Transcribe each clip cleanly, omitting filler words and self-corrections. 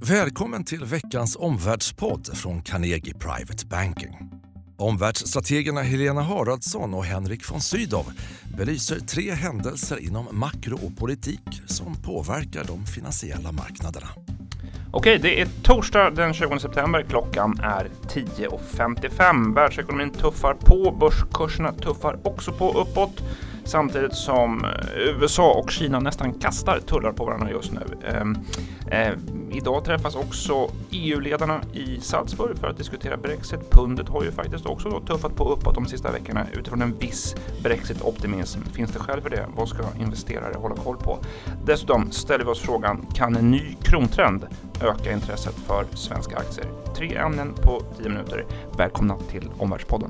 Välkommen till veckans omvärldspodd från Carnegie Private Banking. Omvärldsstrategerna Helena Haraldsson och Henrik von Sydow belyser 3 händelser inom makro och politik som påverkar de finansiella marknaderna. Okej, det är torsdag den 20 september. Klockan är 10.55. Världsekonomin tuffar på, börskurserna tuffar också på uppåt. Samtidigt som USA och Kina nästan kastar tullar på varandra just nu. Idag träffas också EU-ledarna i Salzburg för att diskutera Brexit. Pundet har ju faktiskt också då tuffat på uppåt de sista veckorna utifrån en viss Brexit-optimism. Finns det skäl för det? Vad ska investerare hålla koll på? Dessutom ställer vi oss frågan, kan en ny krontrend öka intresset för svenska aktier? 3 ämnen på 10 minuter. Välkomna till Omvärldspodden.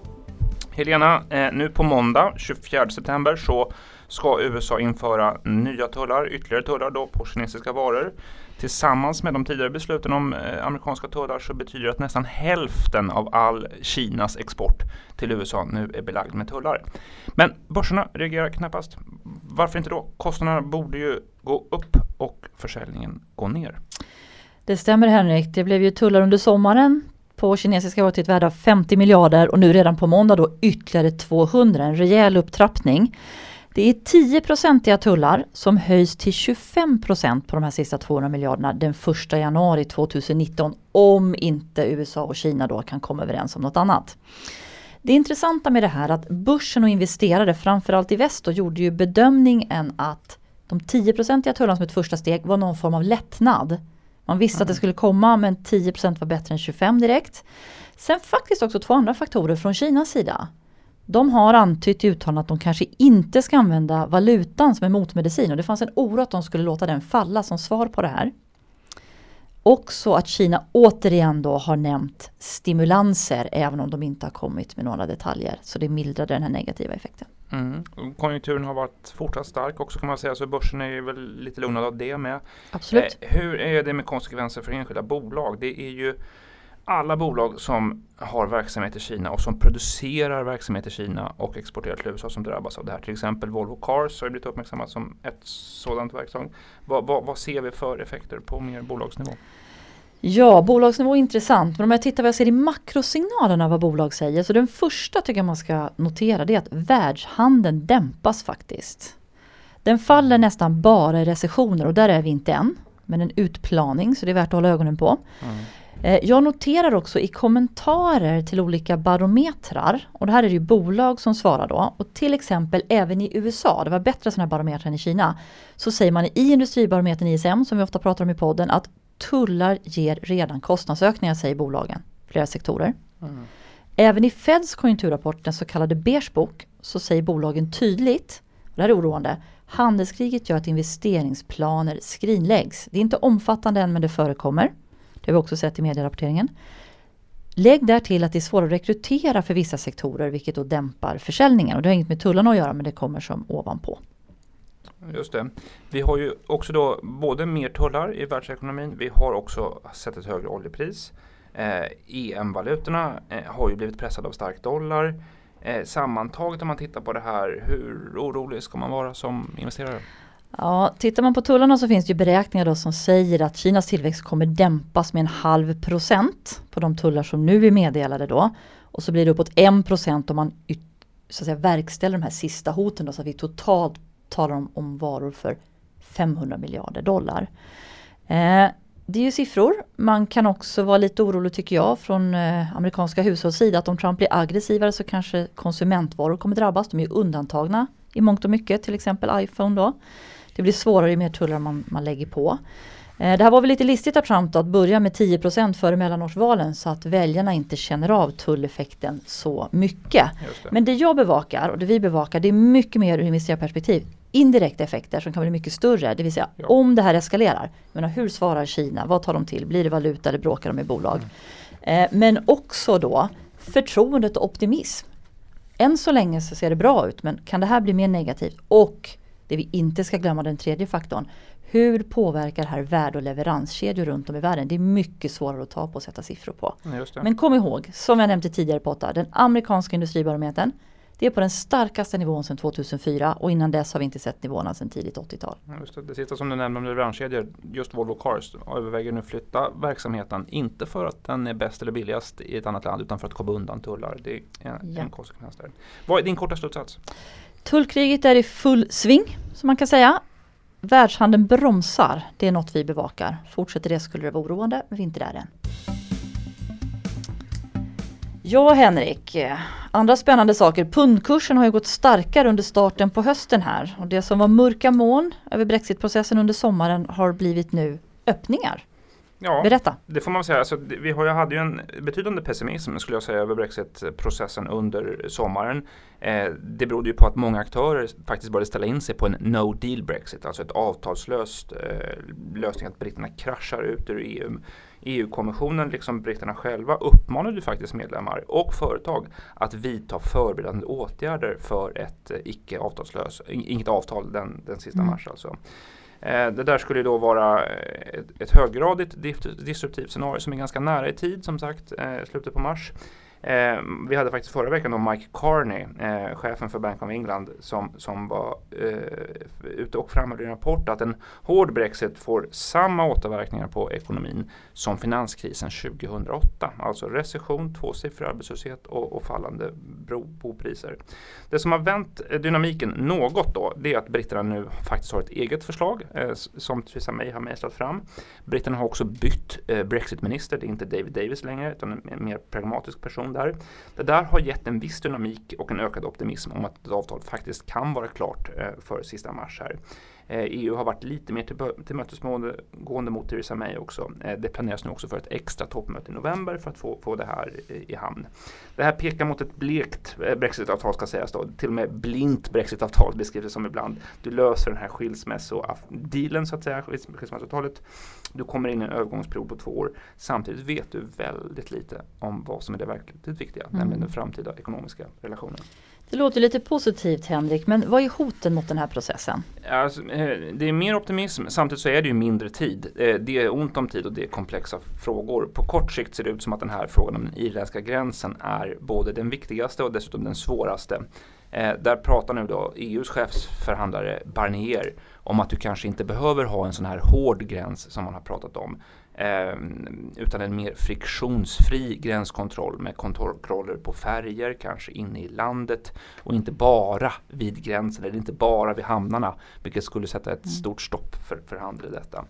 Helena, nu på måndag 24 september så ska USA införa nya tullar, ytterligare tullar då på kinesiska varor. Tillsammans med de tidigare besluten om amerikanska tullar så betyder det att nästan hälften av all Kinas export till USA nu är belagd med tullar. Men börserna reagerar knappast. Varför inte då? Kostnaderna borde ju gå upp och försäljningen gå ner. Det stämmer, Henrik. Det blev ju tullar under sommaren på kinesiska varor till ett värde av 50 miljarder och nu redan på måndag då ytterligare 200, en rejäl upptrappning. Det är 10% tullar som höjs till 25% på de här sista 200 miljarderna den 1 januari 2019 om inte USA och Kina då kan komma överens om något annat. Det intressanta med det här är att börsen och investerare framförallt i väst då gjorde ju bedömningen att de 10% tullarna som ett första steg var någon form av lättnad. Man visste att det skulle komma, men 10% var bättre än 25% direkt. Sen faktiskt också 2 andra faktorer från Kinas sida. De har antytt i uttalanden att de kanske inte ska använda valutan som en motmedicin. Och det fanns en oro att de skulle låta den falla som svar på det här. Också att Kina återigen då har nämnt stimulanser även om de inte har kommit med några detaljer. Så det mildrade den här negativa effekten. Konjunkturen har varit fortsatt stark också kan man säga, så börsen är ju väl lite lugnad av det med. Absolut. Hur är det med konsekvenser för enskilda bolag? Det är ju alla bolag som har verksamhet i Kina och som producerar verksamhet i Kina och exporterar till USA som drabbas av det här. Till exempel Volvo Cars har blivit uppmärksammat som ett sådant verksamhet. Vad ser vi för effekter på mer bolagsnivå? Ja, bolagsnivå är intressant. Men om jag tittar vad jag ser i makrosignalerna vad bolag säger. Så den första tycker jag man ska notera det är att världshandeln dämpas faktiskt. Den faller nästan bara i recessioner och där är vi inte än. Men en utplaning så det är värt att hålla ögonen på. Jag noterar också i kommentarer till olika barometrar, och det här är ju bolag som svarar då, och till exempel även i USA, det var bättre sådana här barometrar än i Kina, så säger man i industribarometern ISM som vi ofta pratar om i podden att tullar ger redan kostnadsökningar, säger bolagen, flera sektorer. Även i Feds konjunkturrapport, den så kallade Beige Book, så säger bolagen tydligt, och det här är oroande, handelskriget gör att investeringsplaner skrinläggs. Det är inte omfattande än men det förekommer. Det har vi också sett i medierapporteringen. Lägg där till att det är svårt att rekrytera för vissa sektorer vilket då dämpar försäljningen. Och det har inget med tullarna att göra men det kommer som ovanpå. Just det. Vi har ju också då både mer tullar i världsekonomin. Vi har också sett ett högre oljepris. EM-valutorna har ju blivit pressade av stark dollar. Sammantaget om man tittar på det här, hur orolig ska man vara som investerare? Ja, tittar man på tullarna så finns det ju beräkningar då som säger att Kinas tillväxt kommer dämpas med 0,5% på de tullar som nu är meddelade då. Och så blir det uppåt 1% om man så att säga, verkställer de här sista hoten då, så att vi totalt talar om varor för 500 miljarder dollar. Det är ju siffror. Man kan också vara lite orolig tycker jag från amerikanska hushållssida att om Trump blir aggressivare så kanske konsumentvaror kommer drabbas. De är ju undantagna i mångt och mycket, till exempel iPhone då. Det blir svårare ju mer tullar man lägger på. Det här var väl lite listigt av Trump då, att börja med 10% före mellanårsvalen så att väljarna inte känner av tulleffekten så mycket. Men det jag bevakar och det vi bevakar, det är mycket mer ur investerarperspektiv. Indirekta effekter som kan bli mycket större. Det vill säga om det här eskalerar. Menar, hur svarar Kina? Vad tar de till? Blir det valuta eller bråkar de med bolag? Men också då förtroendet och optimism. Än så länge så ser det bra ut, men kan det här bli mer negativt? Och det vi inte ska glömma, den tredje faktorn. Hur påverkar det här värde- och leveranskedjor runt om i världen? Det är mycket svårare att ta på och sätta siffror på. Just det. Men kom ihåg, som jag nämnde tidigare på den amerikanska industribarometern, Det är på den starkaste nivån sedan 2004 och innan dess har vi inte sett nivåerna sedan tidigt 80-tal. Ja, just det sista som du nämnde om leveranskedjor, just Volvo Cars överväger nu flytta verksamheten, inte för att den är bäst eller billigast i ett annat land utan för att komma undan tullar. Det är en konsekvens där. Vad är din korta slutsats? Tullkriget är i full sving, som man kan säga. Världshandeln bromsar, det är något vi bevakar. Fortsätter det skulle det vara oroande, men vi är inte där än. Ja, Henrik, andra spännande saker. Pundkursen har ju gått starkare under starten på hösten här. Och det som var mörka moln över Brexit-processen under sommaren har blivit nu öppningar. Ja, berätta. Det får man säga. Alltså, hade ju en betydande pessimism skulle jag säga över Brexit-processen under sommaren. Det berodde ju på att många aktörer faktiskt började ställa in sig på en no deal Brexit, alltså ett avtalslöst lösning att britterna kraschar ut ur EU. EU-kommissionen, liksom britterna själva, uppmanade faktiskt medlemmar och företag att vidta förberedande åtgärder för ett inget avtal den sista mars alltså. Det där skulle då vara ett höggradigt disruptivt scenario som är ganska nära i tid, som sagt, slutet på mars. Vi hade faktiskt förra veckan då Mike Carney, chefen för Bank of England, som var ute och framhöll i en rapport att en hård Brexit får samma återverkningar på ekonomin som finanskrisen 2008. Alltså recession, tvåsiffrig arbetslöshet och fallande bopriser. Det som har vänt dynamiken något då, det är att britterna nu faktiskt har ett eget förslag som Theresa May har mejslat fram. Britterna har också bytt Brexit-minister, det är inte David Davis längre utan en mer pragmatisk person där. Det där har gett en viss dynamik och en ökad optimism om att ett avtal faktiskt kan vara klart för sista mars här. EU har varit lite mer tillmötesgående mot Theresa May också. Det planeras nu också för ett extra toppmöte i november för att få det här i hamn. Det här pekar mot ett blekt Brexit-avtal ska sägas då. Till och med blint Brexit-avtal beskrivs det som ibland. Du löser den här skilsmässodealen så att säga, skilsmässoavtalet. Du kommer in i en övergångsperiod på 2 år. Samtidigt vet du väldigt lite om vad som är det verkligt viktiga, nämligen den framtida ekonomiska relationen. Det låter lite positivt, Henrik, men vad är hoten mot den här processen? Alltså, det är mer optimism, samtidigt så är det ju mindre tid. Det är ont om tid och det är komplexa frågor. På kort sikt ser det ut som att den här frågan om den irländska gränsen är både den viktigaste och dessutom den svåraste. Där pratar nu då EUs chefsförhandlare Barnier om att du kanske inte behöver ha en sån här hård gräns som man har pratat om. Utan en mer friktionsfri gränskontroll med kontroller på färger, kanske inne i landet och inte bara vid gränsen eller inte bara vid hamnarna, vilket skulle sätta ett stort stopp för handel i detta.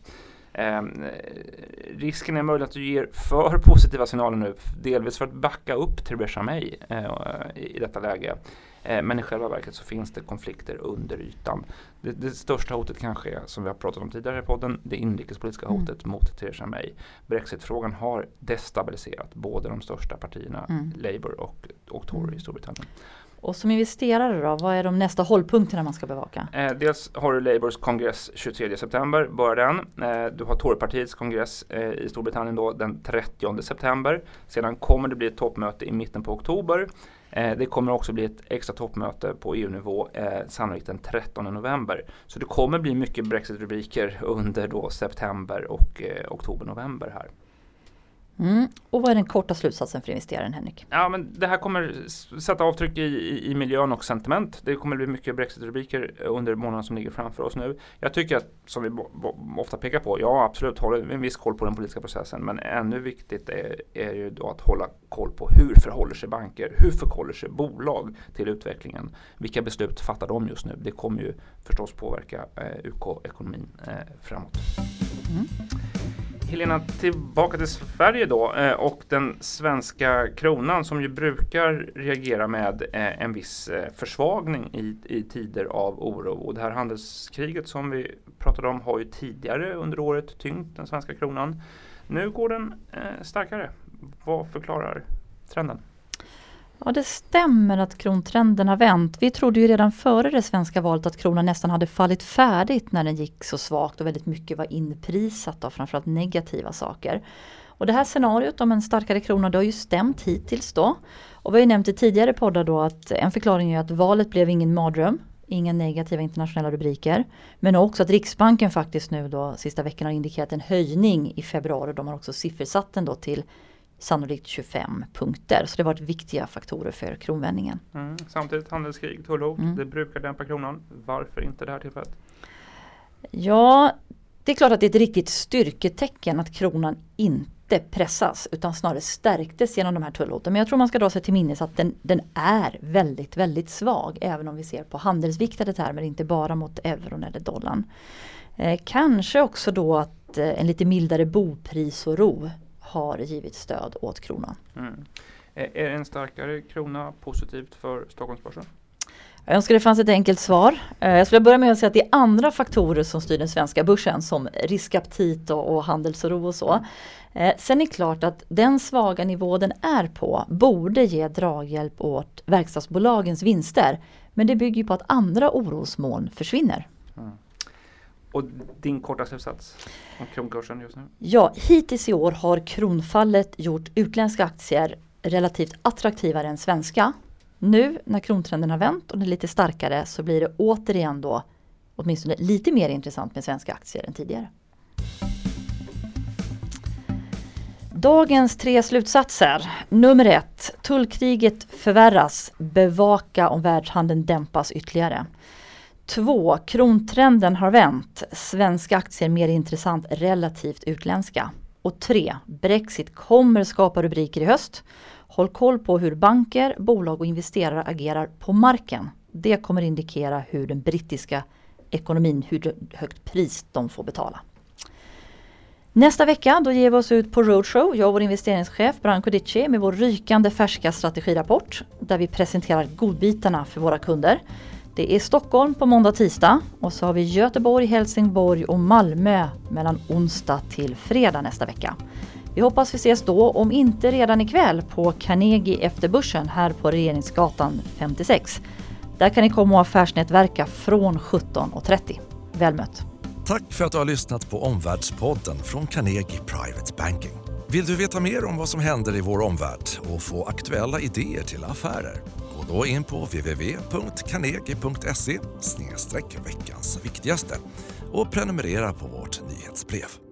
Risken är möjligt att du ger för positiva signaler nu, delvis för att backa upp Theresa May i detta läge. Men i själva verket så finns det konflikter under ytan. Det största hotet kanske är, som vi har pratat om tidigare i podden, det inrikespolitiska hotet mot Theresa May. Brexit-frågan har destabiliserat både de största partierna, Labour och Tory i Storbritannien. Och som investerare då, vad är de nästa hållpunkterna man ska bevaka? Dels har du Labours kongress 23 september, börjar den. Du har Torypartiets kongress i Storbritannien då den 30 september. Sedan kommer det bli ett toppmöte i mitten på oktober. Det kommer också bli ett extra toppmöte på EU-nivå sannolikt den 13 november. Så det kommer bli mycket Brexit-rubriker under då september och oktober-november här. Och vad är den korta slutsatsen för investeraren, Henrik? Ja, men det här kommer sätta avtryck i miljön och sentiment. Det kommer bli mycket Brexit-rubriker under månaden som ligger framför oss nu. Jag tycker att, som vi ofta pekar på, ja absolut håller en viss koll på den politiska processen, men ännu viktigt är ju då att hålla koll på hur förhåller sig banker, hur förhåller sig bolag till utvecklingen. Vilka beslut fattar de just nu? Det kommer ju förstås påverka UK-ekonomin framåt. Helena, tillbaka till Sverige då och den svenska kronan som ju brukar reagera med en viss försvagning i tider av oro. Och det här handelskriget som vi pratade om har ju tidigare under året tyngt den svenska kronan. Nu går den starkare. Vad förklarar trenden? Ja, det stämmer att krontrenden har vänt. Vi trodde ju redan före det svenska valet att kronan nästan hade fallit färdigt när den gick så svagt och väldigt mycket var inprisat av framförallt negativa saker. Och det här scenariot om en starkare krona det har ju stämt hittills då. Och vi har ju nämnt i tidigare poddar då att en förklaring är att valet blev ingen mardröm. Inga negativa internationella rubriker. Men också att Riksbanken faktiskt nu då sista veckan har indikerat en höjning i februari. De har också siffersatt den då till sannolikt 25 punkter. Så det har varit viktiga faktorer för kronvändningen. Samtidigt handelskrig, tullhot, det brukar dämpa kronan. Varför inte det här tillfället? Ja, det är klart att det är ett riktigt styrketecken att kronan inte pressas utan snarare stärktes genom de här tullhoten. Men jag tror man ska dra sig till minnes att den är väldigt, väldigt svag även om vi ser på handelsviktade termer, inte bara mot euron eller dollarn. Kanske också då att en lite mildare boprisoro har givit stöd åt kronan. Är en starkare krona positivt för Stockholmsbörsen? Jag önskar det fanns ett enkelt svar. Jag skulle börja med att säga att det är andra faktorer som styr den svenska börsen som riskaptit och handelsoro och så. Sen är det klart att den svaga nivå den är på borde ge draghjälp åt verkstadsbolagens vinster. Men det bygger på att andra orosmoln försvinner. Och din korta slutsats om kronkursen just nu? Ja, hittills i år har kronfallet gjort utländska aktier relativt attraktivare än svenska. Nu när krontrenden har vänt och den är lite starkare så blir det återigen då åtminstone lite mer intressant med svenska aktier än tidigare. Dagens 3 slutsatser. Nummer 1. Tullkriget förvärras. Bevaka om världshandeln dämpas ytterligare. 2. Krontrenden har vänt. Svenska aktier mer intressant relativt utländska. Och 3. Brexit kommer skapa rubriker i höst. Håll koll på hur banker, bolag och investerare agerar på marken. Det kommer indikera hur den brittiska ekonomin, hur högt pris de får betala. Nästa vecka då ger vi oss ut på roadshow, jag och vår investeringschef Branko Dici med vår rykande färska strategirapport där vi presenterar godbitarna för våra kunder. Det är Stockholm på måndag och tisdag och så har vi Göteborg, Helsingborg och Malmö mellan onsdag till fredag nästa vecka. Vi hoppas vi ses då, om inte redan ikväll, på Carnegie efter börsen här på Regeringsgatan 56. Där kan ni komma och affärsnätverka från 17:30. Väl mött! Tack för att du har lyssnat på Omvärldspodden från Carnegie Private Banking. Vill du veta mer om vad som händer i vår omvärld och få aktuella idéer till affärer? Gå då in på www.carnegie.se/veckans viktigaste och prenumerera på vårt nyhetsbrev.